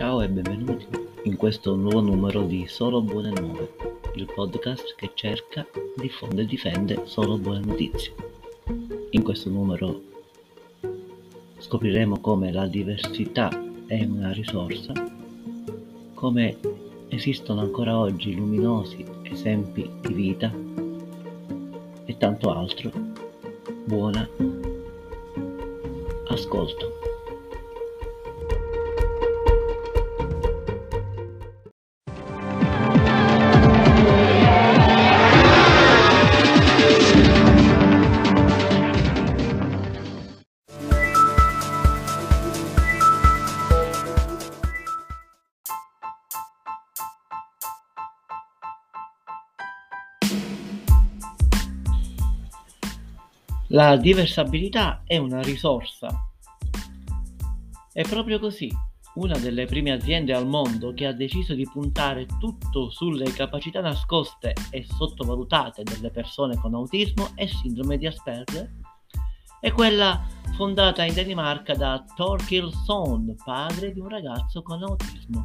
Ciao e benvenuti in questo nuovo numero di Solo Buone Nuove, il podcast che cerca, diffonde e difende solo buone notizie. In questo numero scopriremo come la diversità è una risorsa, come esistono ancora oggi luminosi esempi di vita e tanto altro. Buon ascolto. La diversabilità è una risorsa. È proprio così. Una delle prime aziende al mondo che ha deciso di puntare tutto sulle capacità nascoste e sottovalutate delle persone con autismo e sindrome di Asperger è quella fondata in Danimarca da Thorkild Sohn, padre di un ragazzo con autismo.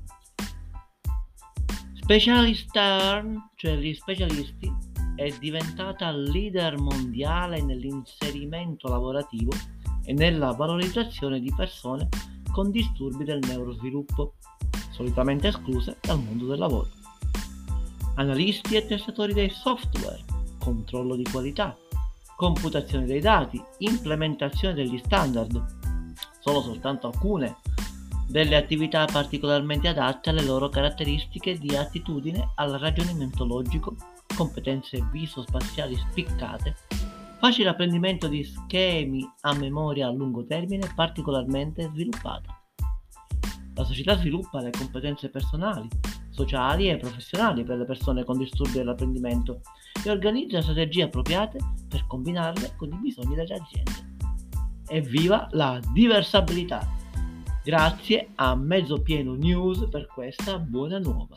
Specialistern, cioè gli specialisti, è diventata leader mondiale nell'inserimento lavorativo e nella valorizzazione di persone con disturbi del neurosviluppo, solitamente escluse dal mondo del lavoro. Analisti e testatori dei software, controllo di qualità, computazione dei dati, implementazione degli standard, sono soltanto alcune delle attività particolarmente adatte alle loro caratteristiche di attitudine al ragionamento logico, competenze viso-spaziali spiccate, facile apprendimento di schemi a memoria a lungo termine particolarmente sviluppata. La società sviluppa le competenze personali, sociali e professionali per le persone con disturbi dell'apprendimento e organizza strategie appropriate per combinarle con i bisogni delle aziende. Evviva la diversabilità! Grazie a Mezzo Pieno News per questa buona nuova.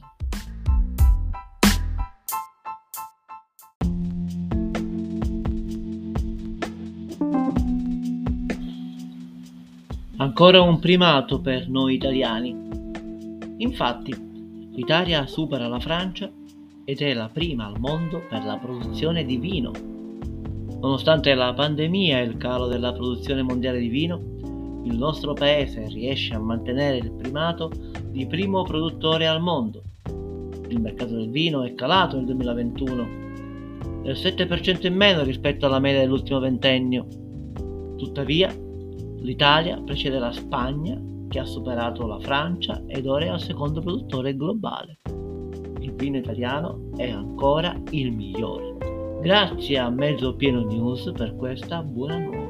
Ancora un primato per noi italiani. Infatti, l'Italia supera la Francia ed è la prima al mondo per la produzione di vino. Nonostante la pandemia e il calo della produzione mondiale di vino, il nostro paese riesce a mantenere il primato di primo produttore al mondo. Il mercato del vino è calato nel 2021, del 7% in meno rispetto alla media dell'ultimo ventennio. Tuttavia, l'Italia precede la Spagna, che ha superato la Francia ed ora è al secondo produttore globale. Il vino italiano è ancora il migliore. Grazie a Mezzo Pieno News per questa buona nuova.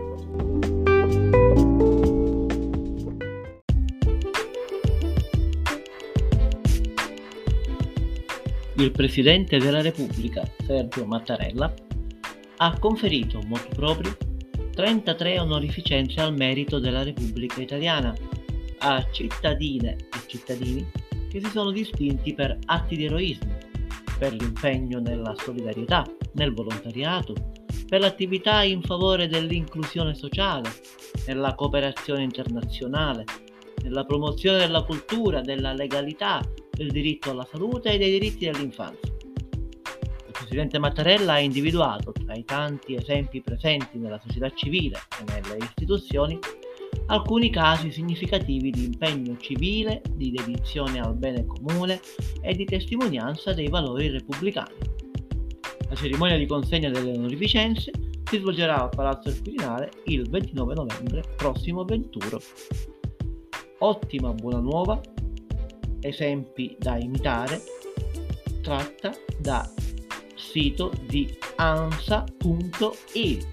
Il Presidente della Repubblica, Sergio Mattarella, ha conferito motu proprio 33 onorificenze al merito della Repubblica Italiana a cittadine e cittadini che si sono distinti per atti di eroismo, per l'impegno nella solidarietà, nel volontariato, per l'attività in favore dell'inclusione sociale, nella cooperazione internazionale, nella promozione della cultura, della legalità, del diritto alla salute e dei diritti dell'infanzia. Il Presidente Mattarella ha individuato, tra i tanti esempi presenti nella società civile e nelle istituzioni, alcuni casi significativi di impegno civile, di dedizione al bene comune e di testimonianza dei valori repubblicani. La cerimonia di consegna delle onorificenze si svolgerà al Palazzo del Quirinale il 29 novembre prossimo venturo. Ottima buona nuova, esempi da imitare, tratta da sito di ansa.it.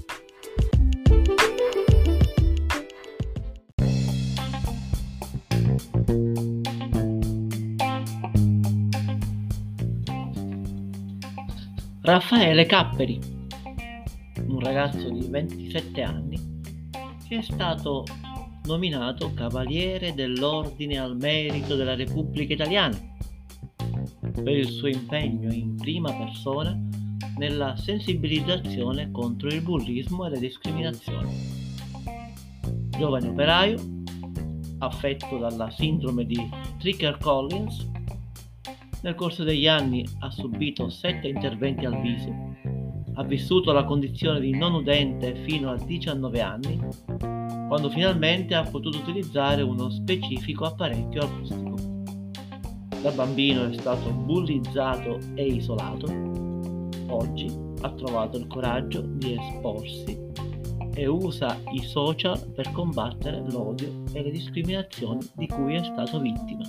Raffaele Capperi, un ragazzo di 27 anni che è stato nominato Cavaliere dell'Ordine al Merito della Repubblica Italiana per il suo impegno in prima persona nella sensibilizzazione contro il bullismo e le discriminazioni. Giovane operaio, affetto dalla sindrome di Treacher-Collins. Nel corso degli anni ha subito 7 interventi al viso, ha vissuto la condizione di non udente fino a 19 anni, quando finalmente ha potuto utilizzare uno specifico apparecchio acustico. Da bambino è stato bullizzato e isolato. Oggi ha trovato il coraggio di esporsi e usa i social per combattere l'odio e le discriminazioni di cui è stato vittima.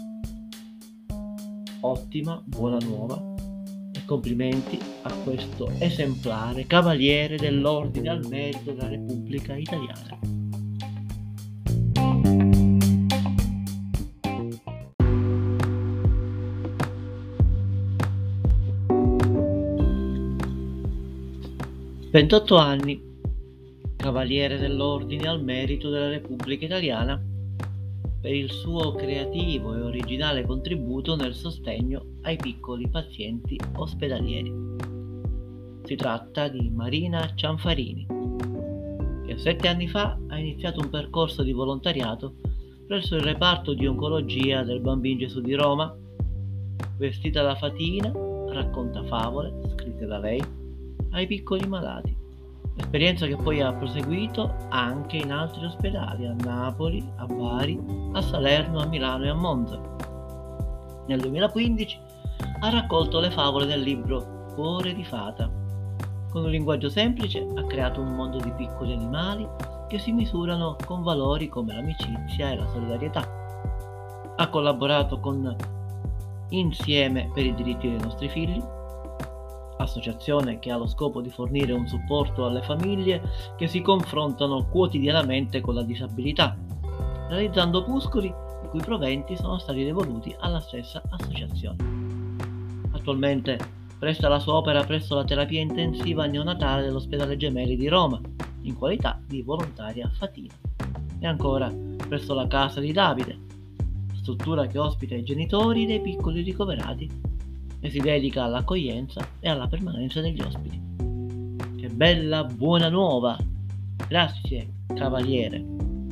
Ottima buona nuova e complimenti a questo esemplare cavaliere dell'Ordine al Merito della Repubblica Italiana. «28 anni, Cavaliere dell'Ordine al Merito della Repubblica Italiana per il suo creativo e originale contributo nel sostegno ai piccoli pazienti ospedalieri». Si tratta di Marina Cianfarini, che 7 anni fa ha iniziato un percorso di volontariato presso il reparto di oncologia del Bambino Gesù di Roma. Vestita da fatina, racconta favole, scritte da lei, ai piccoli malati, esperienza che poi ha proseguito anche in altri ospedali, a Napoli, a Bari, a Salerno, a Milano e a Monza. Nel 2015 ha raccolto le favole del libro Cuore di Fata. Con un linguaggio semplice ha creato un mondo di piccoli animali che si misurano con valori come l'amicizia e la solidarietà. Ha collaborato con Insieme per i diritti dei nostri figli, associazione che ha lo scopo di fornire un supporto alle famiglie che si confrontano quotidianamente con la disabilità, realizzando opuscoli i cui proventi sono stati devoluti alla stessa associazione. Attualmente presta la sua opera presso la terapia intensiva neonatale dell'Ospedale Gemelli di Roma, in qualità di volontaria fatina, e ancora presso la Casa di Davide, struttura che ospita i genitori dei piccoli ricoverati e si dedica all'accoglienza e alla permanenza degli ospiti. Che bella buona nuova! Grazie, cavaliere!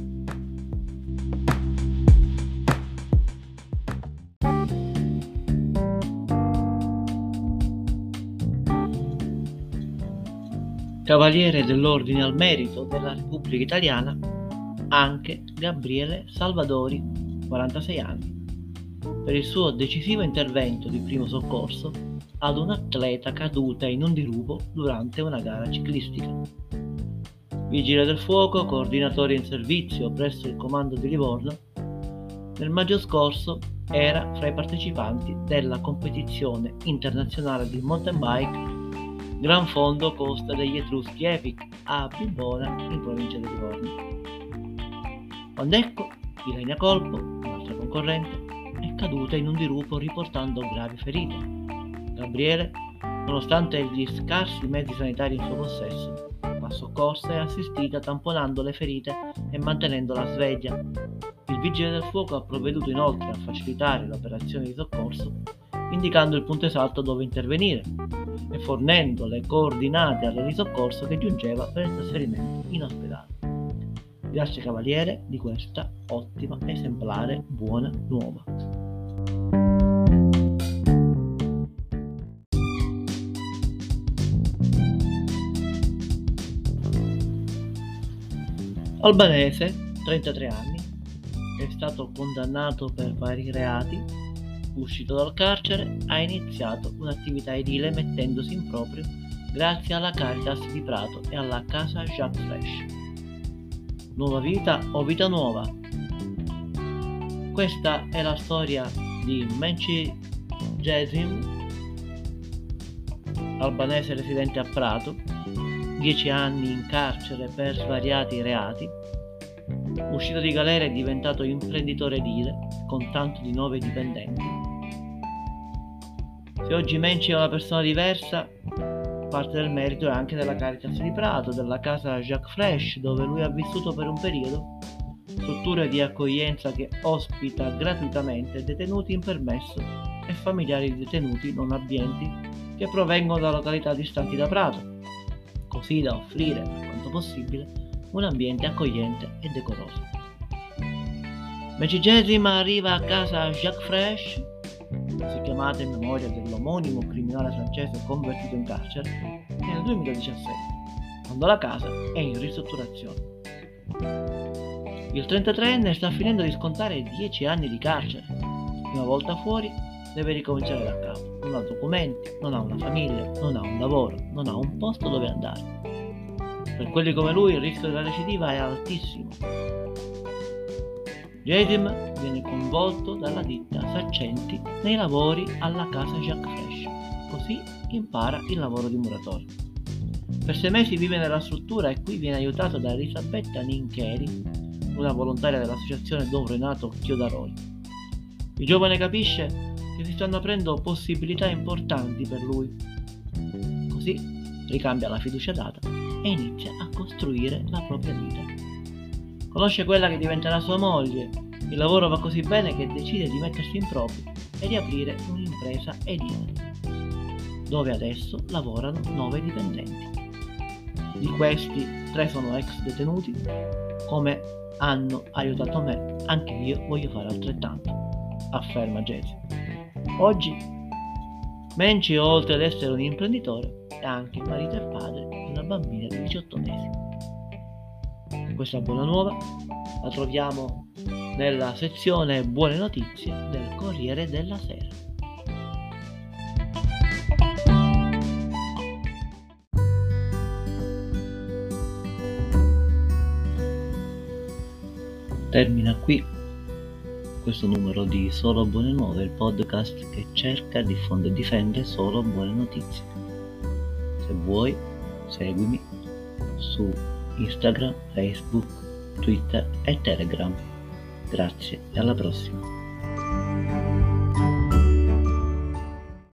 Cavaliere dell'Ordine al Merito della Repubblica Italiana anche Gabriele Salvadori, 46 anni, per il suo decisivo intervento di primo soccorso ad un atleta caduta in un dirupo durante una gara ciclistica. Vigile del fuoco, coordinatore in servizio presso il comando di Livorno, nel maggio scorso era fra i partecipanti della competizione internazionale di mountain bike Gran Fondo Costa degli Etruschi Epic a Bibbona, in provincia di Livorno. Quando ecco, Ilenia Colpo, un'altra concorrente, è caduta in un dirupo riportando gravi ferite. Gabriele, nonostante gli scarsi mezzi sanitari in suo possesso, va soccorsa e assistita tamponando le ferite e mantenendo la sveglia. Il vigile del fuoco ha provveduto inoltre a facilitare l'operazione di soccorso, indicando il punto esatto dove intervenire e fornendo le coordinate alla di soccorso che giungeva per il trasferimento in ospedale. Grazie cavaliere di questa ottima, esemplare, buona nuova. Albanese, 33 anni, è stato condannato per vari reati. Uscito dal carcere, ha iniziato un'attività edile mettendosi in proprio grazie alla Caritas di Prato e alla Casa Jacques Flesch. Nuova vita o vita nuova? Questa è la storia di Menci Gesim, albanese residente a Prato, 10 anni in carcere per svariati reati. Uscito di galera è diventato imprenditore edile con tanto di 9 dipendenti. Se oggi Menci è una persona diversa, parte del merito è anche della Caritas di Prato, della casa Jacques Flesch, dove lui ha vissuto per un periodo, struttura di accoglienza che ospita gratuitamente detenuti in permesso e familiari di detenuti non abbienti che provengono da località distanti da Prato, così da offrire, per quanto possibile, un ambiente accogliente e decoroso. Megigesima arriva a casa Jacques Fresh, si chiamata in memoria dell'omonimo criminale francese convertito in carcere, nel 2017, quando la casa è in ristrutturazione. Il 33enne sta finendo di scontare 10 anni di carcere. Una volta fuori deve ricominciare da capo. Non ha documenti, non ha una famiglia, non ha un lavoro, non ha un posto dove andare. Per quelli come lui il rischio della recidiva è altissimo. Jasim viene coinvolto dalla ditta Saccenti nei lavori alla casa Jacques Fresh, così impara il lavoro di muratore. Per 6 mesi vive nella struttura e qui viene aiutato da Elisabetta Nincheri, una volontaria dell'associazione Don Renato Chiodaroli. Il giovane capisce che si stanno aprendo possibilità importanti per lui. Così ricambia la fiducia data e inizia a costruire la propria vita. Conosce quella che diventerà sua moglie, il lavoro va così bene che decide di mettersi in proprio e di aprire un'impresa edile, dove adesso lavorano 9 dipendenti. Di questi 3 sono ex detenuti, come hanno aiutato me, anche io voglio fare altrettanto, afferma Jasim. Oggi Menci, oltre ad essere un imprenditore, è anche marito e padre di una bambina di 18 mesi. Questa buona nuova la troviamo nella sezione Buone notizie del Corriere della Sera. Termina qui questo numero di Solo Buone Nuove, il podcast che cerca, diffonde e difende solo buone notizie. Se vuoi, seguimi su Instagram, Facebook, Twitter e Telegram. Grazie e alla prossima.